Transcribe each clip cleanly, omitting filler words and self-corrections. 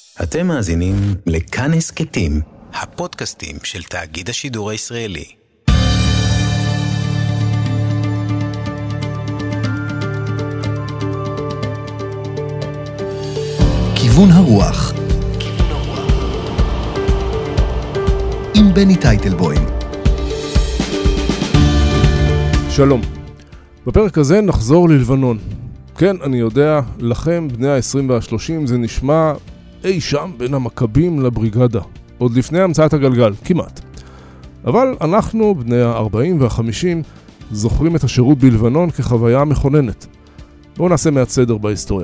אתם מאזינים לכאן הסכתים, הפודקאסטים של תאגיד השידור הישראלי. כיוון הרוח עם בני טייטלבוים. שלום. בפרק הזה נחזור ללבנון. כן, אני יודע, לכם, בני ה-20 וה-30, זה נשמע אי שם בין המכבים לבריגדה. עוד לפני המצאת הגלגל, כמעט. אבל אנחנו, בני ה-40 וה-50, זוכרים את השירות בלבנון כחוויה מכוננת. בואו נעשה מעט סדר בהיסטוריה.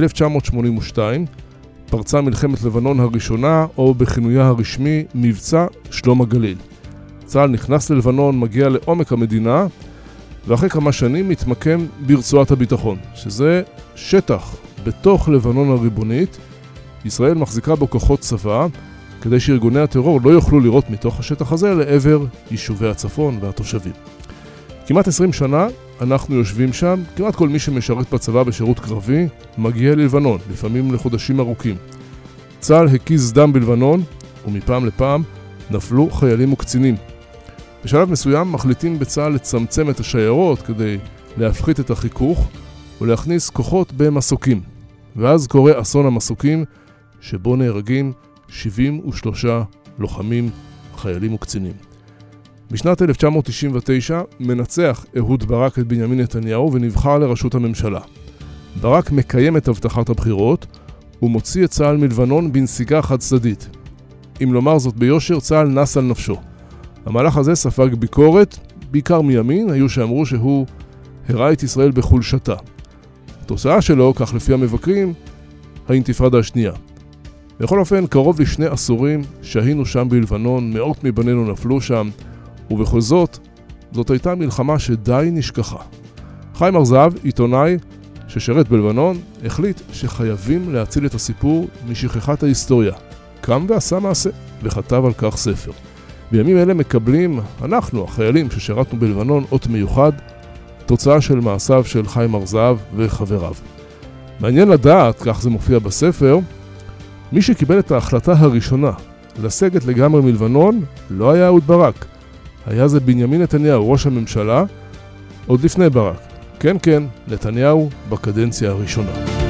1982, פרצה מלחמת לבנון הראשונה, או בכינויה הרשמי, מבצע שלום הגליל. צה"ל נכנס ללבנון, מגיע לעומק המדינה, ואחרי כמה שנים מתמקם ברצועת הביטחון, שזה שטח בתוך לבנון הריבונית. ישראל מחזיקה בו כוחות צבא, כדי שארגוני הטרור לא יוכלו לירות מתוך השטח הזה לעבר יישובי הצפון והתושבים. כמעט 20 שנה אנחנו יושבים שם, כמעט כל מי שמשרת בצבא בשירות קרבי מגיע ללבנון, לפעמים לחודשים ארוכים. צה"ל הקיז דם בלבנון, ומפעם לפעם נפלו חיילים וקצינים. בשלב מסוים מחליטים בצה"ל לצמצם את השיירות כדי להפחית את החיכוך ולהכניס כוחות במסוקים. ואז קורה אסון המסוקים, שבו נהרגים 73 לוחמים, חיילים וקצינים. בשנת 1999 מנצח אהוד ברק את בנימין נתניהו ונבחר לראשות הממשלה. ברק מקיים את הבטחת הבחירות ומוציא את צה"ל מלבנון בנסיגה חד צדדית. אם לומר זאת ביושר, צה"ל נס על נפשו. המהלך הזה ספג ביקורת, בעיקר מימין, היו שאמרו שהוא הראה את ישראל בחולשתה. התוצאה שלו, כך לפי המבקרים, האינתיפאדה השנייה. בכל אופן, קרוב לשני עשורים שהיינו שם בלבנון, מאות מבנינו נפלו שם, ובכל זאת הייתה מלחמה שדי נשכחה. חיים ארזב, עיתונאי ששרת בלבנון, החליט שחייבים להציל את הסיפור משכחת ההיסטוריה. קם ועשה מעשה, וכתב על כך ספר. בימים אלה מקבלים, אנחנו, החיילים ששרתנו בלבנון, אות מיוחד, תוצאה של מעשיו של חיים ארזב וחבריו. מעניין לדעת, כך זה מופיע בספר, מי שקיבל את ההחלטה הראשונה לסגת לגמרי מלבנון לא היה אהוד ברק. היה זה בנימין נתניהו, ראש הממשלה, עוד לפני ברק. כן, כן, נתניהו בקדנציה הראשונה.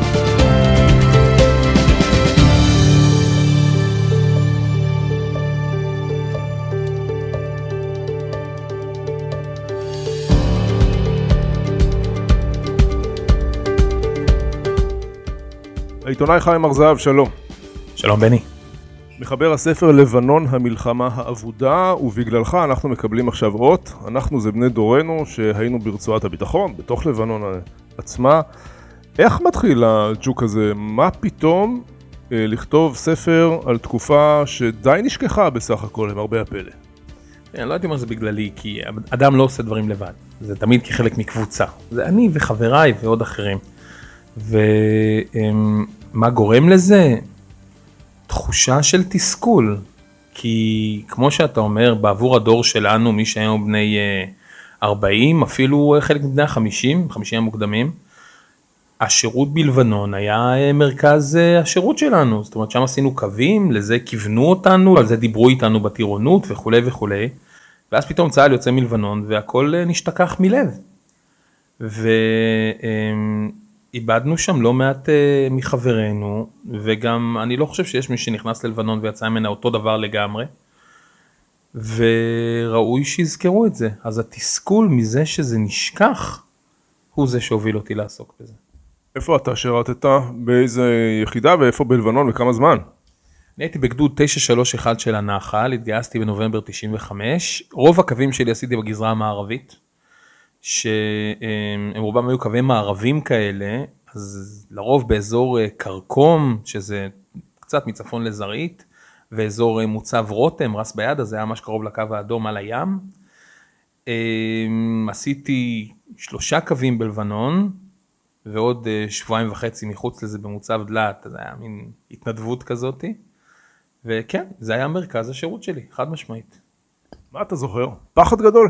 העיתונאי חיים ארזב, שלום. שלום בני. מחבר הספר לבנון המלחמה האבודה, ובגללך אנחנו מקבלים עכשיו אות. אנחנו זה בני דורנו שהיינו ברצועת הביטחון, בתוך לבנון עצמה. איך מתחיל הג'וק הזה? מה פתאום לכתוב ספר על תקופה שדי נשכחה בסך הכל, עם הרבה הפלא? אני לא יודעת מה זה בגללי, כי אדם לא עושה דברים לבד. זה תמיד כחלק מקבוצה. זה אני וחבריי ועוד אחרים. ומה גורם לזה? תחושה של תסכול, כי כמו שאתה אומר, בעבור הדור שלנו, מי שהיום בני 40, אפילו חלק מבני 50 המוקדמים, השירות בלבנון היה מרכז השירות שלנו, זאת אומרת שם עשינו קווים, לזה כיוונו אותנו, על זה דיברו איתנו בטירונות וכו' וכו', ואז פתאום צה"ל יוצא מלבנון והכל נשתכח מלב, איבדנו שם לא מעט מחברינו, וגם אני לא חושב שיש מי שנכנס ללבנון ויצא ממנה אותו דבר לגמרי, וראוי שיזכרו את זה. אז התסכול מזה שזה נשכח, הוא זה שהוביל אותי לעסוק בזה. איפה אתה שירתת? באיזה יחידה ואיפה בלבנון וכמה זמן? אני הייתי בגדוד 931 של הנחל, התגייסתי בנובמבר 95, רוב הקווים שלי עשיתי בגזרה המערבית, שהם רובם היו קווי מערבים כאלה, אז לרוב באזור קרקום, שזה קצת מצפון לזרעית, ואזור מוצב רותם, רס ביד, אז זה היה ממש קרוב לקו האדום על הים. עשיתי 3 קווים בלבנון, ועוד 2.5 שבועות מחוץ לזה במוצב דלת, אז זה היה מין התנדבות כזאת, וכן, זה היה מרכז השירות שלי, חד משמעית. מה אתה זוכר? פחד גדול?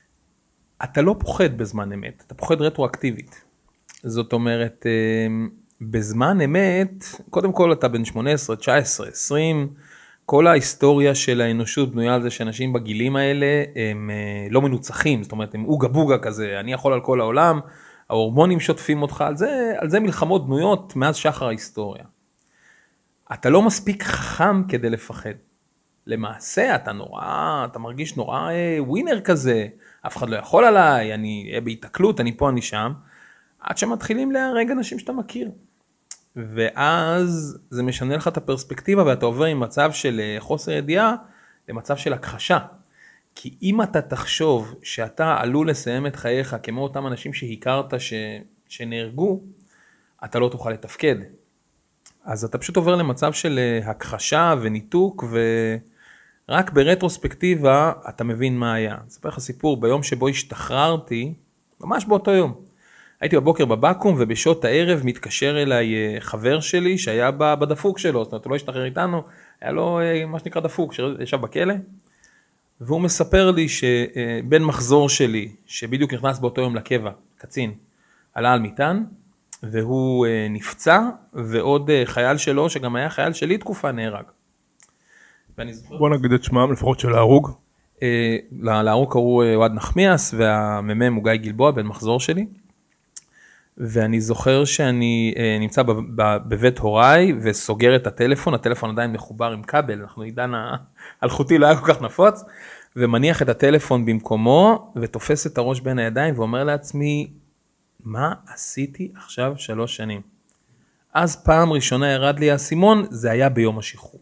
אתה לא פוחד בזמן אמת, אתה פוחד רטרואקטיבית. זאת אומרת, בזמן אמת, קודם כל אתה בן 18, 19, 20, כל ההיסטוריה של האנושות בנויה על זה שאנשים בגילים האלה הם לא מנוצחים, זאת אומרת הם אוגה בוגה כזה, אני יכול על כל העולם, ההורמונים שוטפים אותך, על זה מלחמות בנויות מאז שחר ההיסטוריה. אתה לא מספיק חכם כדי לפחד. למעשה אתה מרגיש נורא ווינר כזה, אף אחד לא יכול עליי, אני אהיה בהתקלות, אני פה, אני שם, עד שמתחילים להרג אנשים שאתה מכיר. ואז זה משנה לך את הפרספקטיבה, ואתה עובר עם מצב של חוסר ידיעה, למצב של הכחשה. כי אם אתה תחשוב שאתה עלול לסיים את חייך, כמו אותם אנשים שהכרת שנהרגו, אתה לא תוכל לתפקד. אז אתה פשוט עובר למצב של הכחשה וניתוק, ורק ברטרוספקטיבה אתה מבין מה היה. אני אספר לך סיפור, ביום שבו השתחררתי, ממש באותו יום, הייתי בבוקר בבקו"ם, ובשעות הערב מתקשר אליי חבר שלי שהיה בדפוק שלו, זאת אומרת, הוא לא השתחרר איתנו, היה לו מה שנקרא דפוק, שישב בכלא, והוא מספר לי שבן מחזור שלי, שבדיוק נכנס באותו יום לקבע, קצין, עלה על מיטן, והוא נפצע, ועוד חייל שלו, שגם היה חייל שלי תקופה, נהרג. בוא נגיד את שמם, לפחות של ההרוג. להרוג קראו אוהד נחמיאס, והממם הוא גיא גלבוע, בן מחזור שלי. ואני זוכר שאני נמצא בבית הוריי, וסוגר את הטלפון, הטלפון עדיין מחובר עם כבל, אנחנו עידן האלחוטי לא היה כל כך נפוץ, ומניח את הטלפון במקומו, ותופס את הראש בין הידיים, ואומר לעצמי, מה עשיתי עכשיו 3 שנים? אז פעם ראשונה ירד לי האסימון, זה היה ביום השחרור.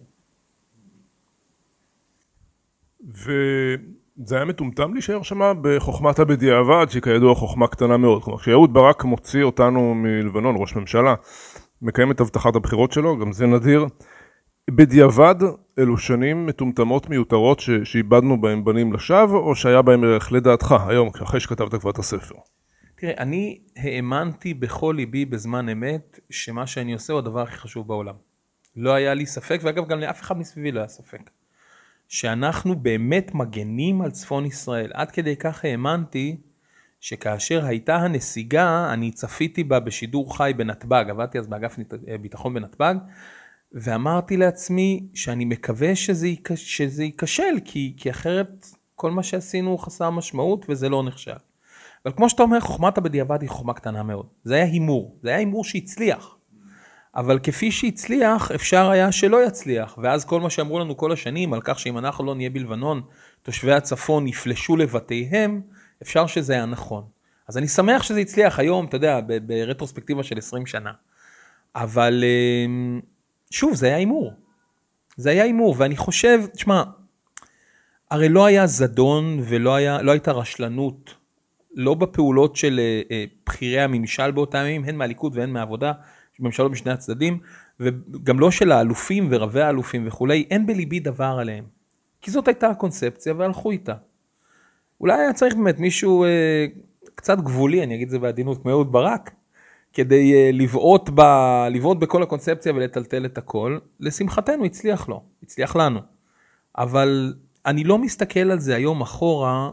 וזה היה מטומטם להישאר שמה בחוכמת הבדיעבד, שהיא כידוע חוכמה קטנה מאוד. כלומר, כשאהוד ברק מוציא אותנו מלבנון, ראש ממשלה, מקיים את הבטחת הבחירות שלו, גם זה נדיר. בדיעבד, אלו שנים מטומטמות מיותרות שאיבדנו בהם בנים לשווא, או שהיה בהם ערך לדעתך היום, אחרי שכתבת כבר את הספר? תראה, אני האמנתי בכל ליבי בזמן אמת, שמה שאני עושה הוא הדבר הכי חשוב בעולם. לא היה לי ספק, ואגב גם לאף אחד מסביבי לא היה ספק. שאנחנו באמת מגנים על צפון ישראל. עד כדי כך האמנתי שכאשר הייתה הנסיגה, אני צפיתי בה בשידור חי בנתב"ג, עבדתי אז באגף ביטחון בנתב"ג, ואמרתי לעצמי שאני מקווה שזה ייכשל, כי אחרת כל מה שעשינו חסר משמעות וזה לא נחשב. אבל כמו שאתה אומר, חוכמת הבדיעבד היא חוכמה קטנה מאוד. זה היה הימור, זה היה הימור שהצליח. אבל כפי שהצליח, אפשר היה שלא יצליח. ואז כל מה שאמרו לנו כל השנים, על כך שאם אנחנו לא נהיה בלבנון, תושבי הצפון יפלשו לבתיהם, אפשר שזה היה נכון. אז אני שמח שזה הצליח היום, אתה יודע, ברטרוספקטיבה של 20 שנה. אבל שוב, זה היה הימור. זה היה הימור, ואני חושב, תשמע, הרי לא היה זדון ולא הייתה רשלנות, לא בפעולות של בחירי הממשל באותם ימים, הן מהליכוד והן מהעבודה, ממשלות משני הצדדים, וגם לא של האלופים ורבי האלופים וכולי, אין בליבי דבר עליהם. כי זאת הייתה הקונספציה והלכו איתה. אולי היה צריך באמת מישהו קצת גבולי, אני אגיד זה בעדינות, כמו אהוד ברק, כדי לבעוט בכל הקונספציה ולטלטל את הכל. לשמחתנו הצליח לו, הצליח לנו. אבל אני לא מסתכל על זה היום אחורה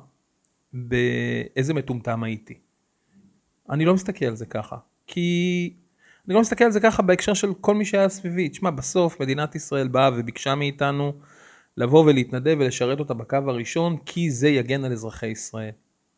באיזה מטומטם הייתי. אני לא מסתכל על זה ככה. כי אני לא מסתכל על זה ככה בהקשר של כל מי שהיה סביבי. תשמע, בסוף מדינת ישראל באה וביקשה מאיתנו לבוא ולהתנדב ולשרת אותה בקו הראשון, כי זה יגן על אזרחי ישראל.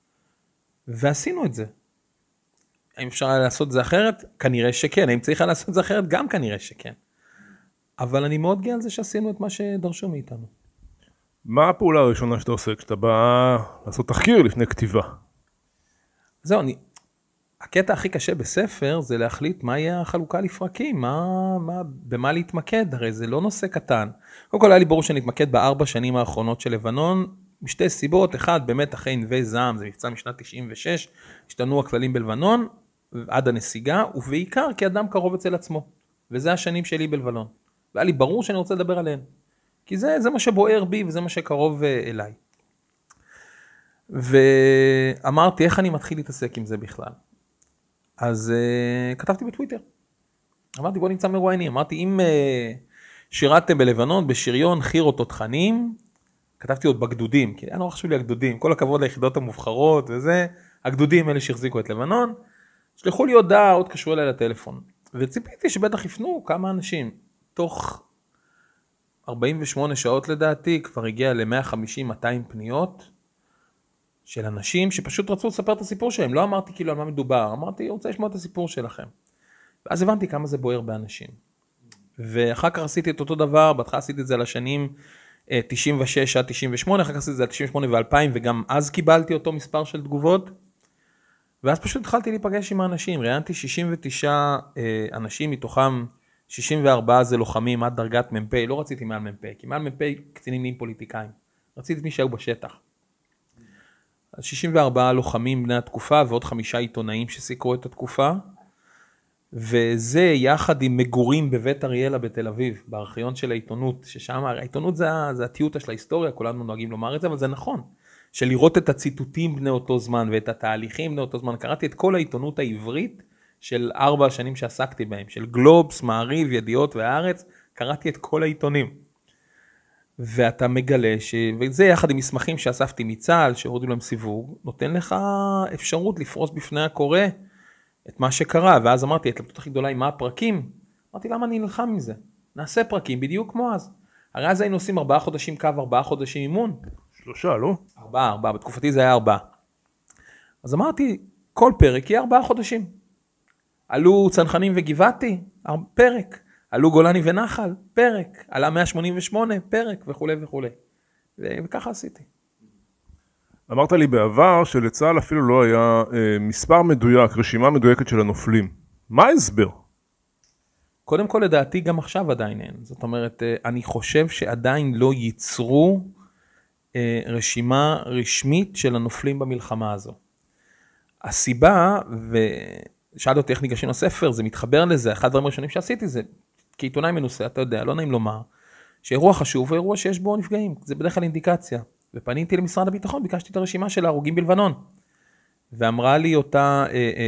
ועשינו את זה. האם אפשר היה לעשות את זה אחרת? כנראה שכן. האם צריך היה לעשות את זה אחרת? גם כנראה שכן. אבל אני מאוד גאה על זה שעשינו את מה שדרשו מאיתנו. מה הפעולה הראשונה שאתה עושה כשאתה בא לעשות תחקיר לפני כתיבה? זהו, הקטע הכי קשה בספר זה להחליט מה יהיה החלוקה לפרקים, במה להתמקד, הרי זה לא נושא קטן. קודם כל היה לי ברור שנתמקד ב4 שנים האחרונות של לבנון, משתי סיבות, אחד באמת אחרי נווה זעם, זה מבצע משנת 96, השתנו הכללים בלבנון עד הנסיגה, ובעיקר כי אדם קרוב אצל עצמו, וזה השנים שלי בלבנון. והיה לי ברור שאני רוצה לדבר עליהן, כי זה מה שבוער בי וזה מה שקרוב אליי. ואמרתי, איך אני מתחיל להתעסק עם זה בכלל? אז כתבתי בטוויטר. אמרתי, בוא נמצא מרואיינים. אמרתי, אם שירתם בלבנון, בשריון, חירות תותחנים, כתבתי עוד בגדודים, כי היה נורא חשוב לי הגדודים, כל הכבוד ליחידות המובחרות וזה, הגדודים אלה שהחזיקו את לבנון, שלחו לי הודעה, עוד קשרו אליי לטלפון. וציפיתי שבטח יפנו כמה אנשים. תוך 48 שעות לדעתי כבר הגיע ל-150-200 פניות של אנשים שפשוט רצו לספר את הסיפור שלהם. לא אמרתי כאילו על מה מדובר, אמרתי רוצה לשמוע את הסיפור שלכם. ואז הבנתי כמה זה בוער באנשים. ואחר כך עשיתי את אותו דבר, בהתחלה עשיתי את זה לשנים 96 עד 98, אחר כך עשיתי את זה על 98 ו-2000, וגם אז קיבלתי אותו מספר של תגובות. ואז פשוט התחלתי להיפגש עם האנשים, ראיינתי 69 אנשים, מתוכם 64 זה לוחמים עד דרגת מ"פ, לא רציתי מעל מ"פ, כי מעל מ"פ קצינים נהיים פוליטיקאים, רציתי את מי שהיו בשטח. אז 64 לוחמים בני התקופה, ועוד 5 עיתונאים שסיקרו את התקופה, וזה יחד עם מגורים בבית אריאלה בתל אביב, בארכיון של העיתונות, ששם העיתונות זה הטיוטה של ההיסטוריה, כולנו נוהגים לומר את זה, אבל זה נכון. של לראות את הציטוטים בני אותו זמן ואת התהליכים בני אותו זמן. קראתי את כל העיתונות העברית של 4 השנים שעסקתי בהם, של גלובס, מעריב, ידיעות והארץ, קראתי את כל העיתונים. ואתה מגלה וזה יחד עם מסמכים שאספתי מצה"ל, שהורידו להם סיווג, נותן לך אפשרות לפרוס בפני הקורא את מה שקרה. ואז אמרתי, ההתלבטות הכי גדולה היא מה הפרקים? אמרתי, למה אני נלחם עם זה? נעשה פרקים בדיוק כמו אז. הרי אז היינו עושים 4 חודשים קו, 4 חודשים אימון. 3, לא? 4, בתקופתי זה היה 4. אז אמרתי, כל פרק יהיה 4 חודשים. עלו צנחנים וגבעתי, פרק. עלו גולני ונחל, פרק. עלה 188, פרק וכו' וכו'. וככה עשיתי. אמרת לי בעבר שלצה"ל אפילו לא היה מספר מדויק, רשימה מדויקת של הנופלים. מה ההסבר? קודם כל לדעתי גם עכשיו עדיין אין. זאת אומרת, אני חושב שעדיין לא ייצרו רשימה רשמית של הנופלים במלחמה הזו. הסיבה, ושאלת אותי איך ניגשים לספר, זה מתחבר לזה, אחד הדברים הראשונים שעשיתי זה, כעיתונאי מנוסה, אתה יודע, לא נעים לומר, שאירוע חשוב הוא אירוע שיש בו נפגעים, זה בדרך כלל אינדיקציה. ופניתי למשרד הביטחון, ביקשתי את הרשימה של ההרוגים בלבנון. ואמרה לי אותה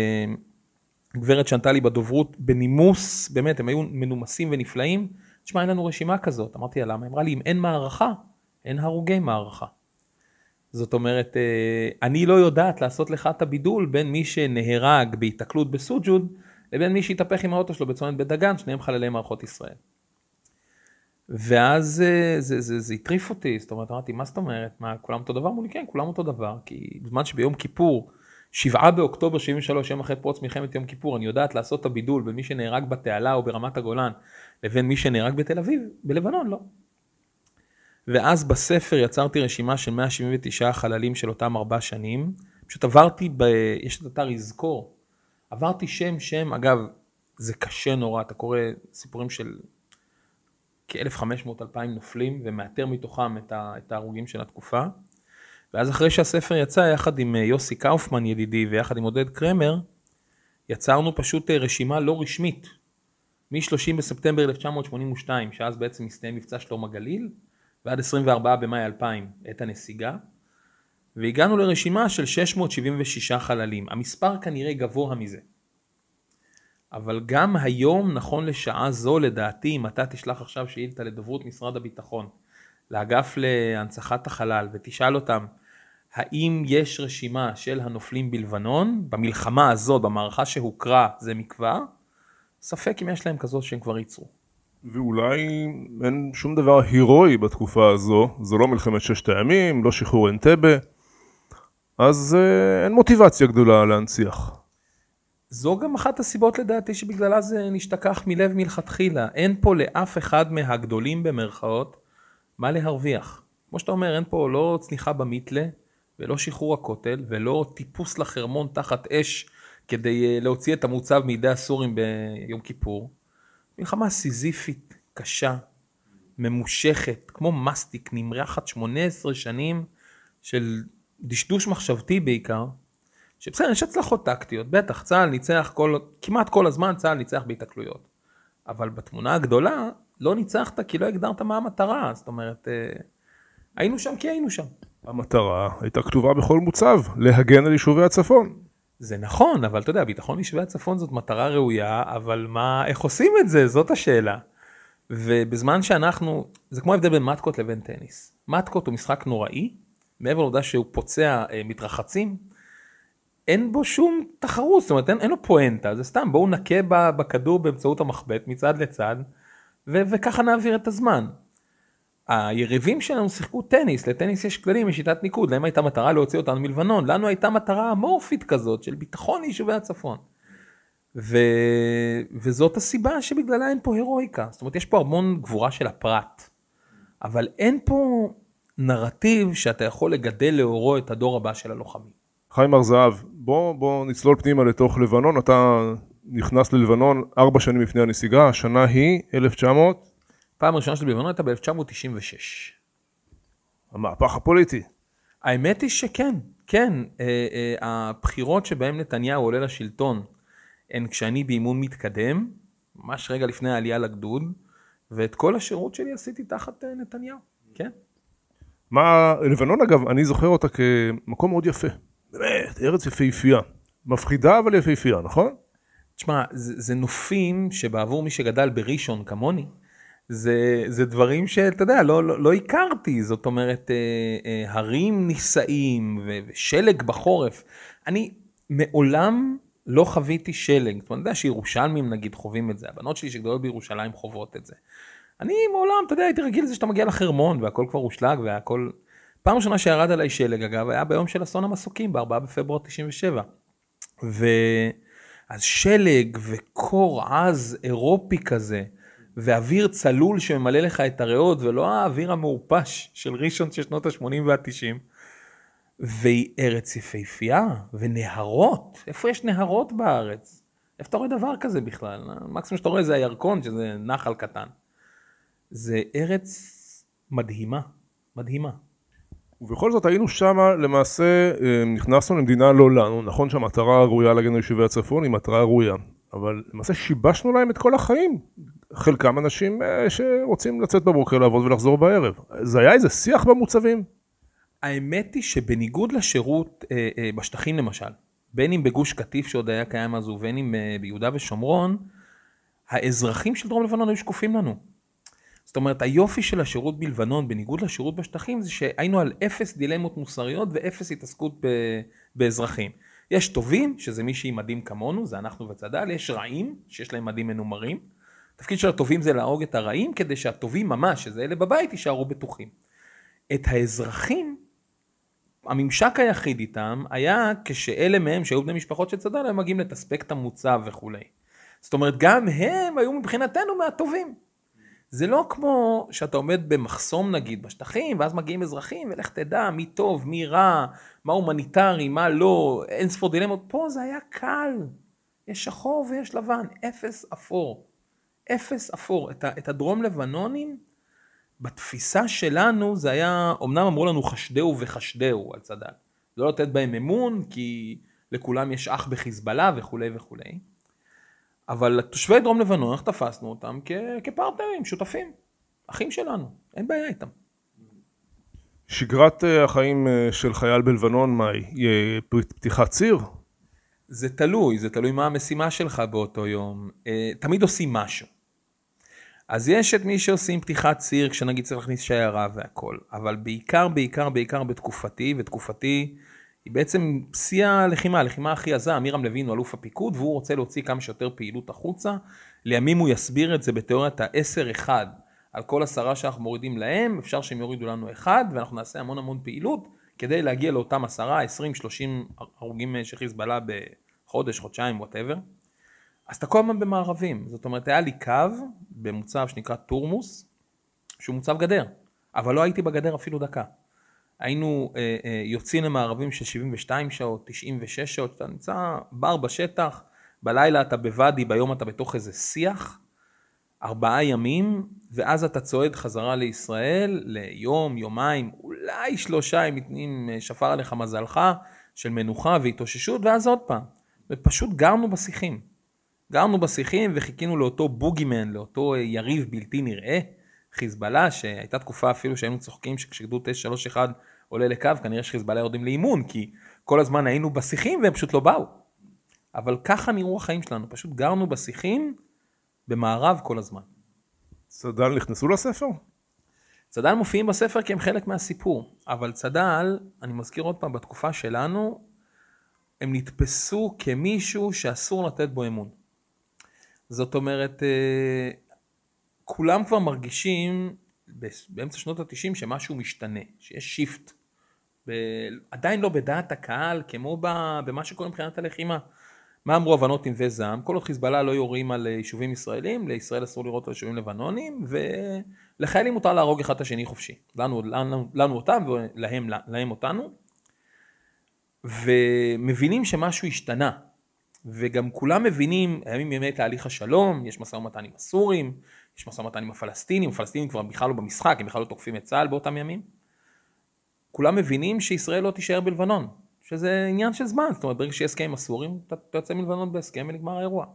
גברת שענתה לי בדוברות, בנימוס, באמת, הם היו מנומסים ונפלאים, תשמע, אין לנו רשימה כזאת. אמרתי לה, למה? אמרה לי, אם אין מערכה, אין הרוגי מערכה. זאת אומרת, אני לא יודעת לעשות לך את הבידול בין מי שנהרג בהתקלות בסוג'וד, לבין מי שהתהפך עם האוטו שלו בצומת בית דגן, שניהם חללי מערכות ישראל. ואז זה הטריף אותי, זאת אומרת, אמרתי, מה זאת אומרת? מה, כולם אותו דבר? אמרו לי, כן, כולם אותו דבר, כי בזמן שביום כיפור, 7 באוקטובר 73, יום אחרי פרוץ מלחמת יום כיפור, אני יודעת לעשות את הבידול בין מי שנהרג בתעלה או ברמת הגולן, לבין מי שנהרג בתל אביב, בלבנון, לא. ואז בספר יצרתי רשימה של 179 חללים של אותם 4 שנים, פשוט עברתי, יש את אתר יזכור, עברתי שם, אגב, זה קשה נורא, אתה קורא סיפורים של כ-1,500-2,000 נופלים, ומאתר מתוכם את ההרוגים של התקופה, ואז אחרי שהספר יצא, יחד עם יוסי קאופמן ידידי, ויחד עם עודד קרמר, יצרנו פשוט רשימה לא רשמית, מ-30 בספטמבר 1982, שאז בעצם מסתיים מבצע שלום הגליל, ועד 24 במאי 2000 את הנסיגה, והגענו לרשימה של 676 חללים. המספר כנראה גבוה מזה. אבל גם היום, נכון לשעה זו, לדעתי, אם אתה תשלח עכשיו שאילתה לדוברות משרד הביטחון, לאגף להנצחת החלל, ותשאל אותם, האם יש רשימה של הנופלים בלבנון, במלחמה הזאת, במערכה שהוקרה זה מכבר, ספק אם יש להם כזאת שהם כבר ייצרו. ואולי אין שום דבר הירואי בתקופה הזו, זו לא מלחמת 6 הימים, לא שחרור אנטבה, אז אין מוטיבציה גדולה להנציח. זו גם אחת הסיבות לדעתי שבגללה זה נשתכח מלב מלכתחילה. אין פה לאף אחד מהגדולים במרכאות מה להרוויח. כמו שאתה אומר, אין פה לא צניחה במיתלה, ולא שחרור הכותל, ולא טיפוס לחרמון תחת אש, כדי להוציא את המוצב מידי הסורים ביום כיפור. מלחמה סיזיפית, קשה, ממושכת, כמו מסטיק, נמרחת 18 שנים של דשדוש מחשבתי בעיקר, שבסדר, יש הצלחות טקטיות, בטח, צה"ל ניצח כמעט כל הזמן צה"ל ניצח בהתקלויות. אבל בתמונה הגדולה לא ניצחת כי לא הגדרת מה המטרה, זאת אומרת, היינו שם כי היינו שם. המטרה הייתה כתובה בכל מוצב, להגן על יישובי הצפון. זה נכון, אבל אתה יודע, ביטחון יישובי הצפון זאת מטרה ראויה, אבל איך עושים את זה? זאת השאלה. ובזמן שאנחנו, זה כמו ההבדל בין מתקות לבין טניס. מתקות הוא משחק נוראי, מעבר לעובדה שהוא פוצע מתרחצים, אין בו שום תחרות, זאת אומרת אין לו פואנטה, זה סתם בואו נקה בכדור באמצעות המחבט מצד לצד, וככה נעביר את הזמן. היריבים שלנו שיחקו טניס, לטניס יש כללים, יש שיטת ניקוד, להם הייתה מטרה להוציא אותנו מלבנון, לנו הייתה מטרה אמורפית כזאת של ביטחון ליישובי הצפון. וזאת הסיבה שבגללה אין פה הירואיקה, זאת אומרת יש פה המון גבורה של הפרט, אבל אין פה נרטיב שאתה יכול לגדל לאורו את הדור הבא של הלוחמים. חיים הר-זהב, בוא נצלול פנימה לתוך לבנון, אתה נכנס ללבנון 4 שנים לפני הנסיגה, השנה היא 1900? פעם ראשונה שלי בלבנון הייתה ב-1996. המהפך הפוליטי. האמת היא שכן, כן, הבחירות שבהם נתניהו עולה לשלטון, הן כשאני באימון מתקדם, ממש רגע לפני העלייה לגדוד, ואת כל השירות שלי עשיתי תחת נתניהו, כן. לבנון אגב, אני זוכר אותה כמקום מאוד יפה. באמת, ארץ יפהפייה. מפחידה אבל יפהפייה, נכון? תשמע, זה נופים שבעבור מי שגדל בראשון כמוני, זה דברים שאתה יודע, לא הכרתי, זאת אומרת, הרים נישאים ושלג בחורף. אני מעולם לא חוויתי שלג, זאת אומרת, אני יודע שירושלמים נגיד חווים את זה, הבנות שלי שגדולות בירושלים חוות את זה. אני מעולם, אתה יודע, הייתי רגיל לזה שאתה מגיע לחרמון והכל כבר הושלג והכל... פעם ראשונה שירד עליי שלג, אגב, היה ביום של אסון המסוקים, ב4 בפברואר 97. אז שלג וקור עז אירופי כזה, ואוויר צלול שממלא לך את הריאות, ולא האוויר המעופש של ראשון של שנות ה-80 וה-90, והיא ארץ יפהפייה, ונהרות. איפה יש נהרות בארץ? איפה אתה רואה דבר כזה בכלל? מקסימום שאתה רואה זה הירקון, שזה נחל קטן. זה ארץ מדהימה, מדהימה. ובכל זאת היינו שם, למעשה נכנסנו למדינה לא לנו, נכון שהמטרה הראויה להגן על יישובי הצפון היא מטרה ראויה, אבל למעשה שיבשנו להם את כל החיים. חלקם אנשים שרוצים לצאת בבוקר לעבוד ולחזור בערב. זה היה איזה שיח במוצבים? האמת היא שבניגוד לשירות בשטחים למשל, בין אם בגוש קטיף שעוד היה קיים אז ובין אם ביהודה ושומרון, האזרחים של דרום לבנון היו שקופים לנו. זאת אומרת, היופי של השירות בלבנון, בניגוד לשירות בשטחים, זה שהיינו על 0 דילמות מוסריות ו0 התעסקות באזרחים. יש טובים, שזה מי שעם מדים כמונו, זה אנחנו וצד"ל, יש רעים, שיש להם מדים מנומרים. התפקיד של הטובים זה להרוג את הרעים, כדי שהטובים ממש, שזה אלה בבית, יישארו בטוחים. את האזרחים, הממשק היחיד איתם, היה כשאלה מהם שהיו בני משפחות של צד"ל, הם מגיעים לתספק את המוצב וכו'. זאת אומרת, גם הם היו מבחינתנו מהטובים. זה לא כמו שאתה עומד במחסום נגיד בשטחים, ואז מגיעים אזרחים, ולך תדע מי טוב, מי רע, מה הומניטרי, מה לא, אין ספור דילמות. פה זה היה קל, יש שחור ויש לבן, 0 אפור. 0 אפור. את הדרום לבנונים, בתפיסה שלנו זה היה, אמנם אמרו לנו חשדהו וחשדהו על צד"ל. לא לתת בהם אמון, כי לכולם יש אח בחיזבאללה וכו' וכו'. אבל תושבי דרום לבנון, אנחנו תפסנו אותם כפרטנרים, שותפים, אחים שלנו, אין בעיה איתם. שגרת החיים של חייל בלבנון, מה היא? פתיחת ציר? זה תלוי מה המשימה שלך באותו יום. תמיד עושים משהו. אז יש את מי שעושים פתיחת ציר, כשנגיד צריך להכניס שיירה והכל. אבל בעיקר בתקופתי, ותקופתי היא בעצם שיא הלחימה הכי עזה. אמירם לוין הוא אלוף הפיקוד, והוא רוצה להוציא כמה שיותר פעילות החוצה. לימים הוא יסביר את זה בתיאוריית ה-10-1. על כל 10 שאנחנו מורידים להם, אפשר שהם יורידו לנו 1, ואנחנו נעשה המון פעילות, כדי להגיע לאותם 10, 20, 30 הרוגים של חיזבאללה בחודש, חודשיים, whatever. אז אתה כל הזמן במערבים. זאת אומרת, היה לי קו במוצב שנקרא טורמוס, שהוא מוצב גדר, אבל לא הייתי בגדר אפילו דקה. היינו יוצאים למערבים של 72 שעות, 96 שעות, אתה נמצא בר בשטח, בלילה אתה בוואדי, ביום אתה בתוך איזה שיח, 4 ימים, ואז אתה צועד חזרה לישראל, ליום, יומיים, אולי 3, אם שפר עליך מזלך, של מנוחה והתאוששות, ואז עוד פעם. ופשוט גרנו בשיחים וחיכינו לאותו בוגימן, לאותו יריב בלתי נראה, חיזבאללה, שהייתה תקופה אפילו שהיינו צוחקים שכשגדוד 931 עולה לקו, כנראה שחיזבאללה יורדים לאימון, כי כל הזמן היינו בשיחים והם פשוט לא באו. אבל ככה נראו החיים שלנו, פשוט גרנו בשיחים במערב כל הזמן. צד"ל נכנסו לספר? צד"ל מופיעים בספר כי הם חלק מהסיפור, אבל צד"ל, אני מזכיר עוד פעם, בתקופה שלנו, הם נתפסו כמישהו שאסור לתת בו אמון. זאת אומרת, כולם כבר מרגישים באמצע שנות ה-90 שמשהו משתנה, שיש שיפט. עדיין לא בדעת הקהל, כמו במה שקורה מבחינת הלחימה. מה אמרו הבנות עם וזעם? כל עוד חיזבאללה לא יורים על יישובים ישראלים, לישראל אסור לראות על יישובים לבנונים, ולחיילים מותר להרוג אחד את השני חופשי. לנו אותם ולהם אותנו. ומבינים שמשהו השתנה. וגם כולם מבינים, הימים ימי תהליך השלום, יש משא ומתן עם הסורים, יש משא ומתן עם הפלסטינים, הפלסטינים כבר בכלל לא במשחק, הם בכלל לא תוקפים את צה"ל באותם ימים. כולם מבינים שישראל לא תישאר בלבנון, שזה עניין של זמן, זאת אומרת, ברגע שיהיה הסכם עם הסורים, אתה יוצא מלבנון בהסכם ונגמר האירוע.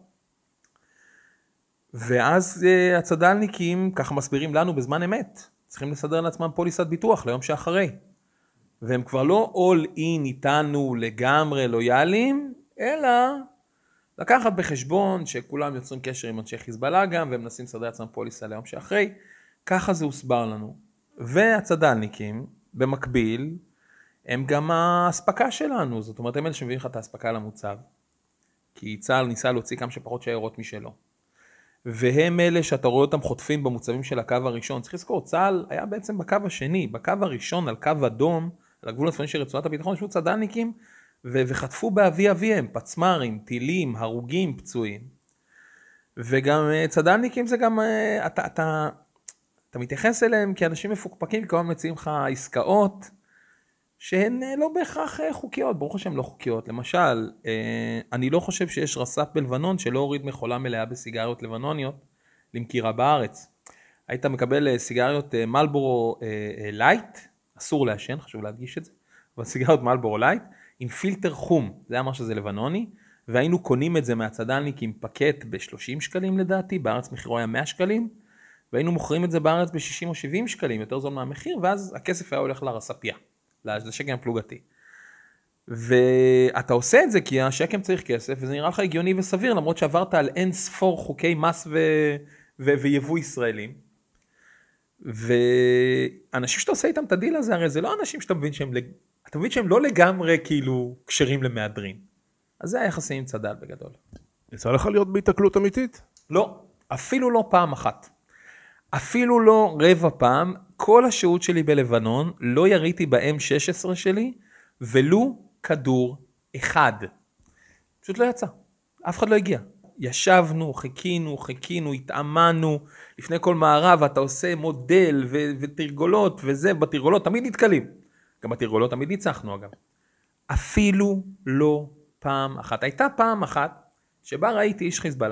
ואז הצד"לניקים ככה מסבירים לנו בזמן אמת, צריכים לסדר לעצמם פוליסת ביטוח ליום שאחרי. והם כבר לא all in איתנו לגמרי לויאליים, אלא לקחת בחשבון שכולם יוצרים קשר עם אנשי חיזבאללה גם, והם מנסים לסדר לעצמם פוליסה ליום שאחרי, ככה זה הוסבר לנו. והצד"לניקים, במקביל, הם גם ההספקה שלנו, זאת אומרת, הם אלה שמביאים לך את ההספקה למוצב, כי צה"ל ניסה להוציא כמה שפחות שיירות משלו. והם אלה שאתה רואה אותם חוטפים במוצבים של הקו הראשון. צריך לזכור, צה"ל היה בעצם בקו השני, בקו הראשון על קו אדום, על הגבול הצפוני של רצועת הביטחון, ישבו צד"לניקים, וחטפו באבי אביהם, פצמרים, טילים, הרוגים, פצועים. וגם צד"לניקים זה גם, אתה מתייחס אליהם כאנשים מפוקפקים, כי הם מציעים לך עסקאות, שהן לא בהכרח חוקיות, ברוך השם לא חוקיות. למשל, אני לא חושב שיש רס"פ בלבנון שלא הוריד מכולה מלאה בסיגריות לבנוניות למכירה בארץ. היית מקבל סיגריות מלבורו לייט, אסור לעשן, חשוב להדגיש את זה, אבל סיגריות מלבורו לייט, עם פילטר חום, זה אמר שזה לבנוני, והיינו קונים את זה מהצד"לניק עם פקט ב-30 שקלים לדעתי, בארץ מחירו היה 100 שקלים, והיינו מוכרים את זה בארץ ב-60 או 70 שקלים, יותר זול מהמחיר, ואז הכסף היה הולך לרס"פיה. לשקם פלוגתי. ואתה עושה את זה כי השקם צריך כסף, וזה נראה לך הגיוני וסביר, למרות שעברת על אין ספור חוקי מס ויבוא ישראלים. ואנשים שאתה עושה איתם את הדיל הזה, הרי זה לא אנשים שאתה מבין שהם לא לגמרי כאילו קשרים למהדרין. אז זה היחסים עם צד"ל בגדול. יצא לך להיות בהתקלות אמיתית? לא, אפילו לא פעם אחת. אפילו לא רבע פעם, כל השהות שלי בלבנון, לא יריתי ב-M16 שלי, ולו כדור אחד. פשוט לא יצא. אף אחד לא הגיע. ישבנו, חיכינו, התאמנו, לפני כל מערב אתה עושה מודל ותרגולות, וזה, בתרגולות תמיד נתקלים. גם בתרגולות תמיד ניצחנו אגב. אפילו לא פעם אחת. הייתה פעם אחת, שבה ראיתי איש חיזבאללה.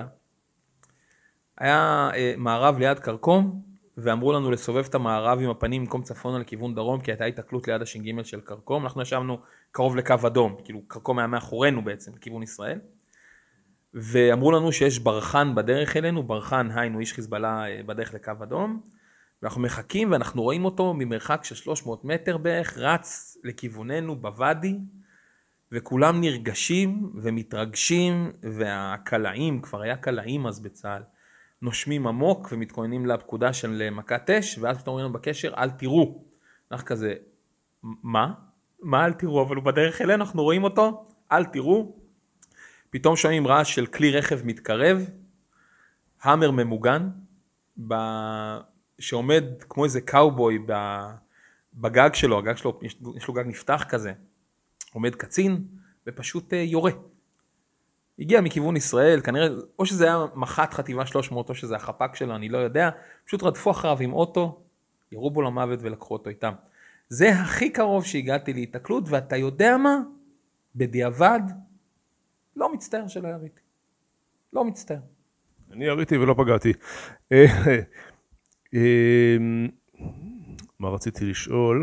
היה מערב ליד קרקום, ואמרו לנו לסובב את המערב עם הפנים במקום צפונה לכיוון דרום, כי הייתה התקלות ליד הש"ג של קרקום. אנחנו ישבנו קרוב לקו אדום, כאילו קרקום היה מאחורינו בעצם, לכיוון ישראל. ואמרו לנו שיש ברחן בדרך אלינו, ברחן היינו איש חיזבאללה בדרך לקו אדום, ואנחנו מחכים ואנחנו רואים אותו ממרחק של 300 מטר בערך, רץ לכיווננו בוואדי, וכולם נרגשים ומתרגשים, והקלעים, כבר היה קלעים אז בצה"ל, נושמים עמוק ומתכוננים לפקודה של מכת אש, ואז פתאום אומרים בקשר, אל תראו. אנחנו כזה, מה? מה אל תראו? אבל הוא בדרך אלינו, אנחנו רואים אותו, אל תראו. פתאום שומעים רעש של כלי רכב מתקרב, המר ממוגן, שעומד כמו איזה קאובוי בגג שלו, הגג שלו, יש לו גג נפתח כזה, עומד קצין ופשוט יורה. הגיע מכיוון ישראל, כנראה, או שזה היה מח"ט חטיבה 300, או שזה החפ"ק שלו, אני לא יודע, פשוט רדפו אחריו עם אוטו, ירו בו למוות ולקחו אותו איתם. זה הכי קרוב שהגעתי להתקלות, ואתה יודע מה? בדיעבד, לא מצטער שלא יריתי. לא מצטער. אני יריתי ולא פגעתי. מה רציתי לשאול?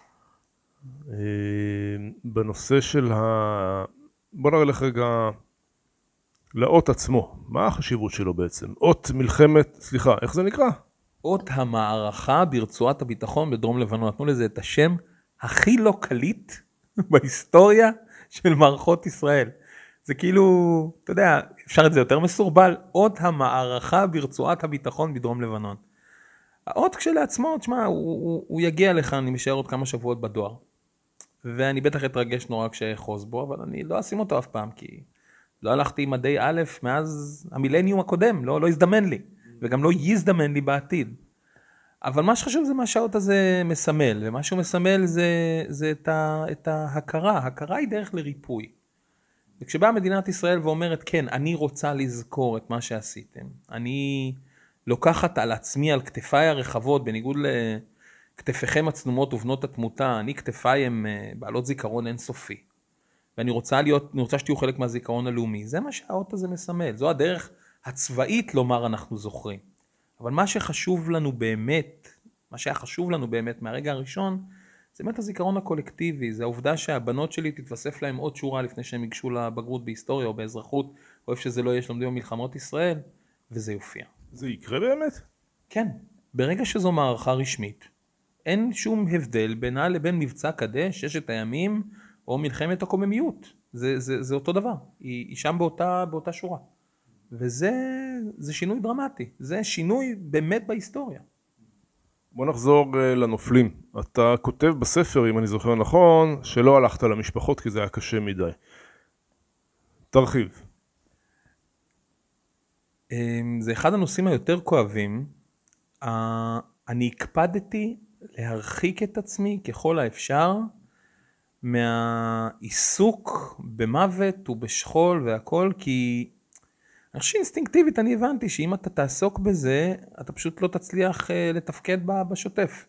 בנושא של בוא נראה לך רגע לאות עצמו. מה החשיבות שלו בעצם? אות מלחמת, סליחה, איך זה נקרא? אות המערכה ברצועת הביטחון בדרום לבנון. נתנו לזה את השם הכי לא קליט בהיסטוריה של מערכות ישראל. זה כאילו, אתה יודע, אפשר את זה יותר מסורבל, אות המערכה ברצועת הביטחון בדרום לבנון. האות כשלעצמו, תשמע, הוא יגיע לך, אני משאר עוד כמה שבועות בדואר. ואני בטח אתרגש נורא כשאחוז בו, אבל אני לא אשים אותו אף פעם, כי לא הלכתי עם מדי א' מאז המילניום הקודם, לא הזדמן לי, וגם לא יזדמן לי בעתיד. אבל מה שחשוב זה מה שהאות הזה מסמל, ומה שהוא מסמל זה את ההכרה. ההכרה היא דרך לריפוי. וכשבאה מדינת ישראל ואומרת, כן, אני רוצה לזכור את מה שעשיתם, אני לוקחת על עצמי, על כתפיי הרחבות, בניגוד לכתפיכם הצנומות ובנות התמותה, אני כתפיי הם בעלות זיכרון אינסופי. ואני רוצה שתהיו חלק מהזיכרון הלאומי. זה מה שהאות הזה מסמל. זו הדרך הצבאית לומר אנחנו זוכרים. אבל מה שחשוב לנו באמת, מה שהיה חשוב לנו באמת מהרגע הראשון, זה באמת הזיכרון הקולקטיבי. זה העובדה שהבנות שלי תתווסף להם עוד שורה לפני שהם ייגשו לבגרות בהיסטוריה או באזרחות, או איפה שזה לא יהיה שלומדים במלחמות ישראל, וזה יופיע. זה יקרה באמת? כן. ברגע שזו מערכה רשמית, אין שום הבדל בינה לבין מבצע קדש, ששת הימים, או מלחמת הקוממיות. זה אותו דבר. היא שם באותה שורה. וזה שינוי דרמטי. זה שינוי באמת בהיסטוריה. בוא נחזור לנופלים. אתה כותב בספר, אם אני זוכר נכון, שלא הלכת למשפחות כי זה היה קשה מדי. תרחיב. זה אחד הנושאים היותר כואבים. אני הקפדתי להרחיק את עצמי ככל האפשר מהעיסוק במוות ובשכול והכל, כי אני חושב אינסטינקטיבית אני הבנתי שאם אתה תעסוק בזה, אתה פשוט לא תצליח לתפקד בשוטף.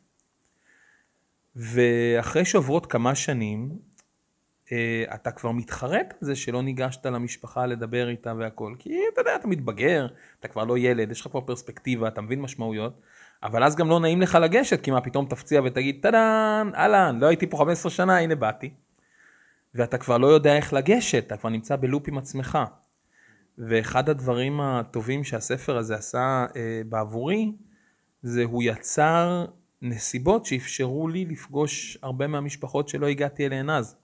ואחרי שעוברות כמה שנים, אתה כבר מתחרט על זה שלא ניגשת למשפחה לדבר איתה והכל, כי אתה יודע, אתה מתבגר, אתה כבר לא ילד, יש לך כבר פרספקטיבה, אתה מבין משמעויות, אבל אז גם לא נעים לך לגשת, כי מה פתאום תפציע ותגיד, טדן, אהלן, לא הייתי פה 15 שנה, הנה באתי. ואתה כבר לא יודע איך לגשת, אתה כבר נמצא בלופ עם עצמך. ואחד הדברים הטובים שהספר הזה עשה בעבורי, זה הוא יצר נסיבות שאפשרו לי לפגוש הרבה מהמשפחות שלא הגעתי אליהן אז.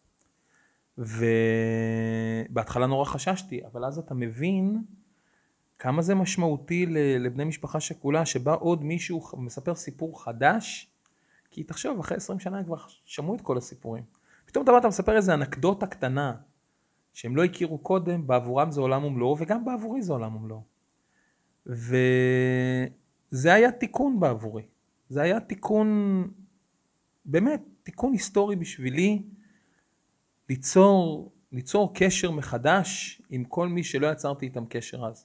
ובהתחלה נורא חששתי, אבל אז אתה מבין כמה זה משמעותי לבני משפחה שכולה, שבא עוד מישהו מספר סיפור חדש, כי תחשוב, אחרי 20 שנה כבר שמעו את כל הסיפורים. פתאום אתה מספר איזו אנקדוטה קטנה, שהם לא הכירו קודם, בעבורם זה עולם ומלואו, וגם בעבורי זה עולם ומלואו. וזה היה תיקון בעבורי. זה היה תיקון, באמת, תיקון היסטורי בשבילי, ליצור קשר מחדש עם כל מי שלא יצרתי איתם קשר אז.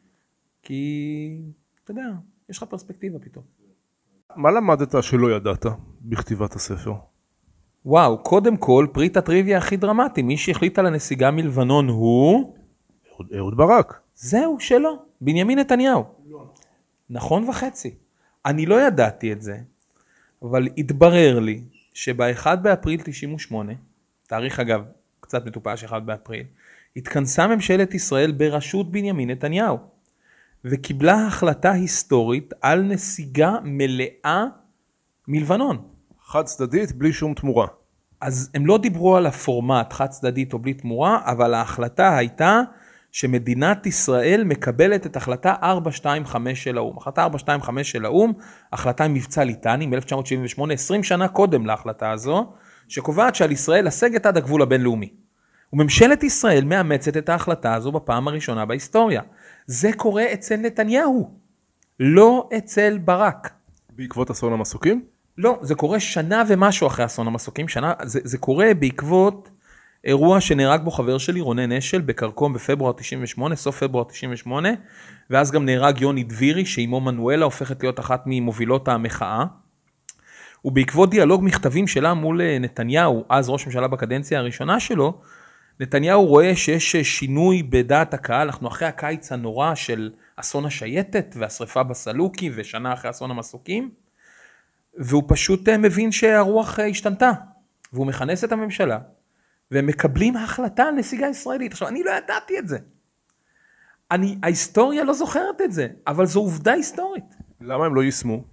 כי, אתה יודע, יש לך פרספקטיבה פתאום. מה למדת שלא ידעת בכתיבת הספר? וואו, קודם כל, פריט הטריוויה הכי דרמטי, מי שהחליט על הנסיגה מלבנון הוא... אהוד ברק. זהו, שלא, בנימין נתניהו. נכון וחצי. אני לא ידעתי את זה, אבל התברר לי שב-1 באפריל 98, תאריך אגב, קצת מטופש 1 באפריל, התכנסה ממשלת ישראל בראשות בנימין נתניהו, וקיבלה החלטה היסטורית על נסיגה מלאה מלבנון. חד צדדית בלי שום תמורה. אז הם לא דיברו על הפורמט חד צדדית או בלי תמורה, אבל ההחלטה הייתה שמדינת ישראל מקבלת את החלטה 425 של האום. החלטה 425 של האום, החלטה עם מבצע ליטני מ-1978, 20 שנה קודם להחלטה הזו, שקובעת שעל ישראל לסגת עד הגבול הבינלאומי. וממשלת ישראל מאמצת את ההחלטה הזו בפעם הראשונה בהיסטוריה. זה קורה אצל נתניהו, לא אצל ברק. בעקבות אסון המסוקים? לא, זה קורה שנה ומשהו אחרי אסון המסוקים. זה קורה בעקבות אירוע שנהרג בו חבר שלי, רונן אשל, בקרקום בפברואר 98, סוף פברואר 98, ואז גם נהרג יוני דבירי, שאימו מנואלה הופכת להיות אחת ממובילות המחאה. ובעקבות דיאלוג מכתבים שלה מול נתניהו, אז ראש ממשלה בקדנציה הראשונה שלו, נתניהו רואה שיש שינוי בדעת הקהל, אנחנו אחרי הקיץ הנורא של אסון השייטת והשריפה בסלוקי, ושנה אחרי אסון המסוקים, והוא פשוט מבין שהרוח השתנתה, והוא מכנס את הממשלה, והם מקבלים החלטה על נסיגה ישראלית. עכשיו, אני לא ידעתי את זה. ההיסטוריה לא זוכרת את זה, אבל זו עובדה היסטורית. למה הם לא יישמו?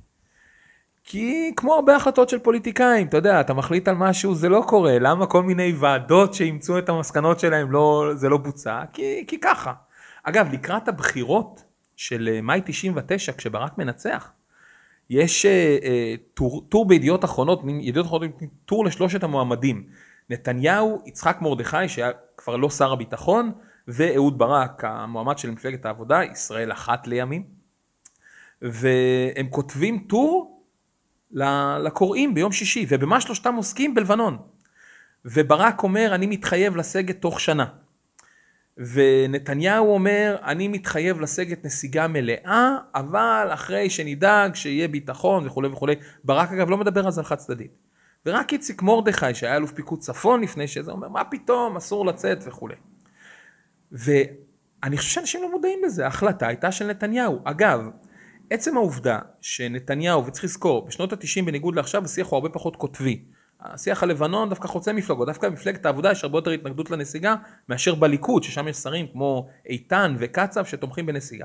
כי כמו הרבה החלטות של פוליטיקאים, אתה יודע, אתה מחליט על משהו, זה לא קורה. למה כל מיני ועדות שימצאו את המסקנות שלהם, זה לא בוצע? כי ככה. אגב, לקראת הבחירות של מאי 99, כשברק מנצח, יש טור בידיעות אחרונות, טור לשלושת המועמדים. נתניהו, יצחק מרדכי, שהיה כבר לא שר הביטחון, ואהוד ברק, המועמד של מפלגת העבודה, ישראל אחת לימים, והם כותבים טור לקוראים ביום שישי, ובמה שלושתם עוסקים בלבנון. וברק אומר, אני מתחייב לסגת תוך שנה. ונתניהו אומר, אני מתחייב לסגת נסיגה מלאה, אבל אחרי שנדאג שיהיה ביטחון וכו' וכו'. ברק אגב לא מדבר על זה חד צדדית. ורק איציק מרדכי, שהיה אלוף פיקוד צפון לפני שזה, אומר, מה פתאום, אסור לצאת וכו'. ואני חושב שאנשים לא מודעים לזה, ההחלטה הייתה של נתניהו. אגב, עצם העובדה שנתניהו, וצריך לזכור, בשנות ה-90 בניגוד לעכשיו, השיח הוא הרבה פחות כותבי. השיח הלבנון דווקא חוצה מפלגות, דווקא במפלגת העבודה יש הרבה יותר התנגדות לנסיגה, מאשר בליכוד, ששם יש שרים כמו איתן וקצב שתומכים בנסיגה.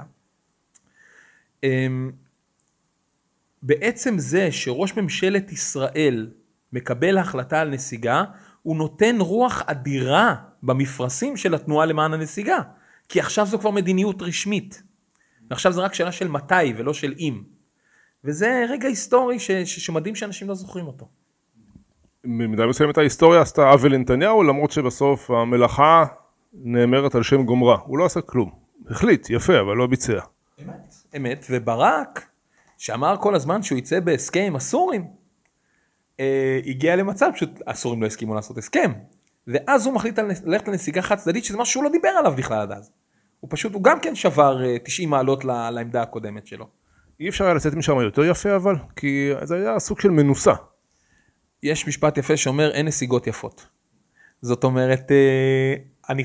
בעצם זה שראש ממשלת ישראל מקבל החלטה על נסיגה, הוא נותן רוח אדירה במפרשים של התנועה למען הנסיגה, כי עכשיו זו כבר מדיניות רשמית. ועכשיו זה רק שאלה של מתי ולא של אם. וזה רגע היסטורי שמדהים שאנשים לא זוכרים אותו. במידה מסוימת ההיסטוריה עשתה עוול לנתניהו, למרות שבסוף המלאכה נאמרת על שם גומרה. הוא לא עשה כלום. החליט, יפה, אבל לא ביצע. אמת, וברק, שאמר כל הזמן שהוא יצא בהסכם עם הסורים, הגיע למצב פשוט הסורים לא הסכימו לעשות הסכם. ואז הוא מחליט ללכת לנסיגה חד צדדית, שזה משהו שהוא לא דיבר עליו בכלל עד אז. הוא גם כן שבר 90 מעלות לעמדה הקודמת שלו. אי אפשר היה לצאת משם יותר יפה אבל, כי זה היה סוג של מנוסה. יש משפט יפה שאומר, אין נסיגות יפות. זאת אומרת, אני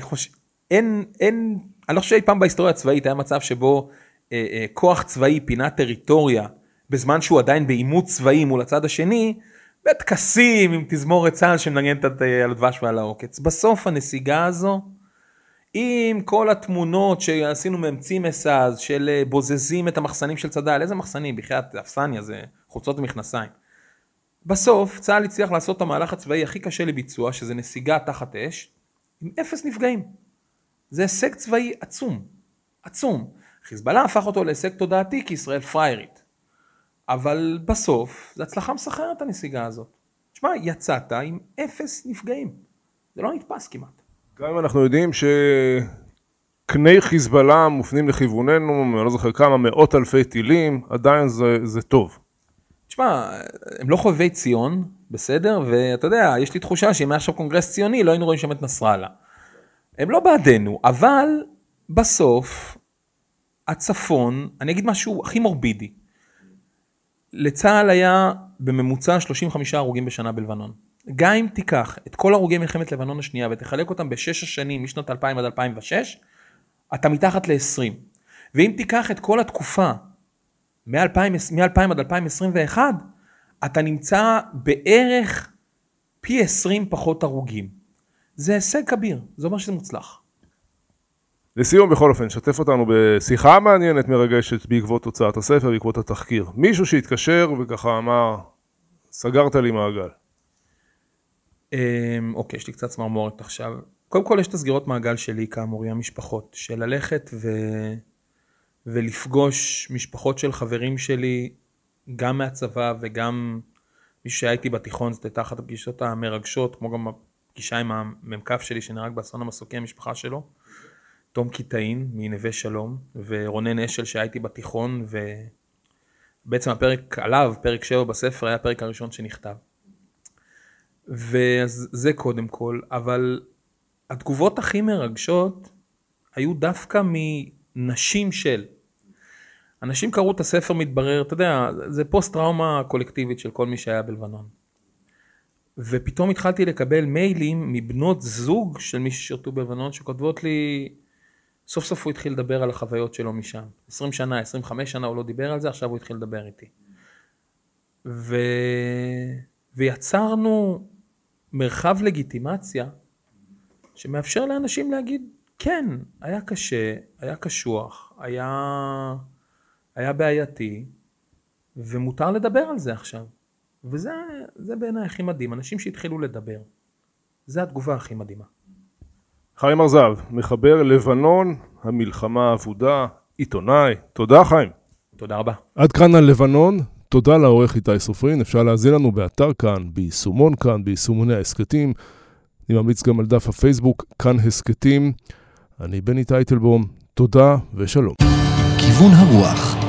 לא חושב שאי פעם בהיסטוריה הצבאית היה מצב שבו כוח צבאי פינה טריטוריה, בזמן שהוא עדיין בעימות צבאי מול הצד השני, בטקסים עם תזמורת צה"ל שמנגנת על הדבש ועל העוקץ. בסוף הנסיגה הזו, עם כל התמונות שעשינו מאמצימס אז, של בוזזים את המחסנים של צד"ל, איזה מחסנים? בחיית אפסניה, זה חוצות ומכנסיים. בסוף צה"ל הצליח לעשות את המהלך הצבאי הכי קשה לביצוע, שזה נסיגה תחת אש, עם 0 נפגעים. זה הישג צבאי עצום, עצום. חיזבאללה הפך אותו להישג תודעתי כי ישראל פריירית. אבל בסוף זה הצלחה מסחררת הנסיגה הזאת. תשמע, יצאת עם 0 נפגעים. זה לא נתפס כמעט. גם אם אנחנו יודעים שקני חיזבאללה מופנים לכיווננו, אני לא זוכר כמה, מאות אלפי טילים, עדיין זה טוב. תשמע, הם לא חובבי ציון, בסדר? ואתה יודע, יש לי תחושה שאם היה עכשיו קונגרס ציוני, לא היינו רואים שם את נסראללה. הם לא בעדנו, אבל בסוף, הצפון, אני אגיד משהו הכי מורבידי. לצה"ל היה בממוצע 35 הרוגים בשנה בלבנון. גם אם תיקח את כל הרוגי מלחמת לבנון השנייה, ותחלק אותם ב6 השנים, משנות 2000 עד 2006, אתה מתחת ל-20. ואם תיקח את כל התקופה, מ-2000 עד 2021, אתה נמצא בערך פי 20 פחות הרוגים. זה הישג כביר, זה אומר שזה מוצלח. לסיום בכל אופן, שתף אותנו בשיחה מעניינת מרגשת בעקבות הוצאת הספר, בעקבות התחקיר. מישהו שהתקשר וככה אמר, סגרת לי מעגל. אוקיי, יש לי קצת צמרמורת עכשיו. קודם כל יש את הסגירות מעגל שלי כאמור, המשפחות, של ללכת ולפגוש משפחות של חברים שלי, גם מהצבא וגם מי שהייתי בתיכון, זאת הייתה אחת הפגישות המרגשות, כמו גם הפגישה עם הממקף שלי שנהרג באסון המסוקי, המשפחה שלו, תום קיטאין מנווה שלום, ורונן אשל שהייתי בתיכון, ובעצם הפרק עליו, פרק 7 בספר, היה הפרק הראשון שנכתב. וזה קודם כל, אבל התגובות הכי מרגשות היו דווקא מנשים של. אנשים קראו את הספר מתברר, אתה יודע, זה פוסט טראומה קולקטיבית של כל מי שהיה בלבנון. ופתאום התחלתי לקבל מיילים מבנות זוג של מי ששירתו בלבנון, שכותבות לי, סוף סוף הוא התחיל לדבר על החוויות שלו משם. 20 שנה, 25 שנה הוא לא דיבר על זה, עכשיו הוא התחיל לדבר איתי. ויצרנו מרחב לגיטימציה, שמאפשר לאנשים להגיד, כן, היה קשה, היה קשוח, היה בעייתי, ומותר לדבר על זה עכשיו. וזה בעיניי הכי מדהים, אנשים שהתחילו לדבר. זה התגובה הכי מדהימה. חיים ארזב, מחבר לבנון, המלחמה האבודה, עיתונאי. תודה חיים. תודה רבה. עד כאן על לבנון. תודה לעורך איתי סופרין. אפשר להזין לנו באתר כאן, ביישומון כאן, ביישומוני העסקתים. אני ממליץ גם על דף הפייסבוק, כאן הסקטים. אני בני טייטלבום, תודה ושלום. כיוון הרוח